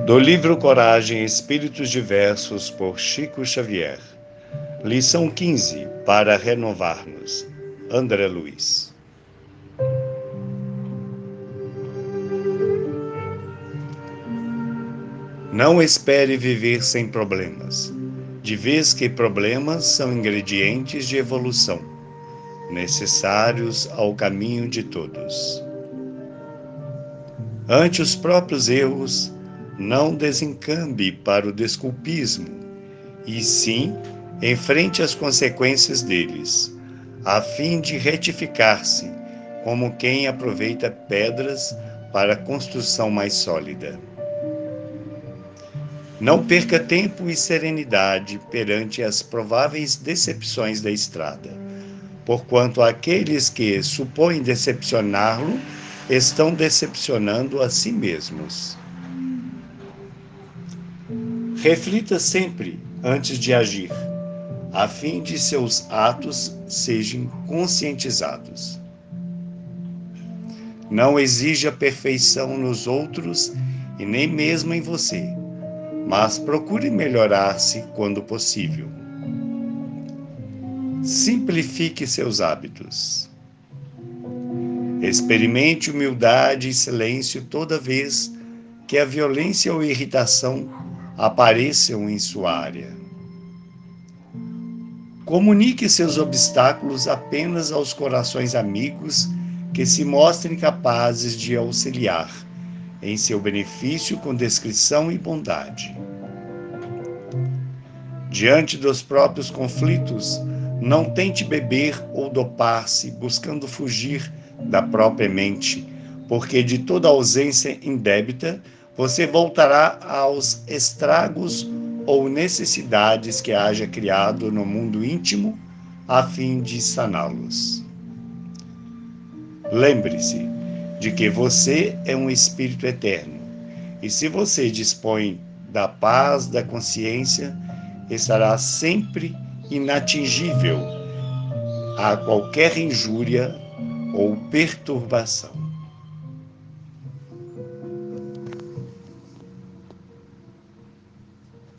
Do livro Coragem, Espíritos Diversos, por Chico Xavier. Lição 15, para renovar-nos. André Luiz. Não espere viver sem problemas, de vez que problemas são ingredientes de evolução, necessários ao caminho de todos. Ante os próprios erros, não desencambe para o desculpismo, e sim enfrente as consequências deles, a fim de retificar-se, como quem aproveita pedras para construção mais sólida. Não perca tempo e serenidade perante as prováveis decepções da estrada, porquanto aqueles que supõem decepcioná-lo estão decepcionando a si mesmos. Reflita sempre antes de agir, a fim de seus atos sejam conscientizados. Não exija perfeição nos outros e nem mesmo em você, mas procure melhorar-se quando possível. Simplifique seus hábitos. Experimente humildade e silêncio toda vez que a violência ou irritação apareçam em sua área. Comunique seus obstáculos apenas aos corações amigos que se mostrem capazes de auxiliar em seu benefício com discrição e bondade. Diante dos próprios conflitos, não tente beber ou dopar-se buscando fugir da própria mente, porque de toda ausência indébita você voltará aos estragos ou necessidades que haja criado no mundo íntimo, a fim de saná-los. Lembre-se de que você é um espírito eterno, e se você dispõe da paz da consciência, estará sempre inatingível a qualquer injúria ou perturbação.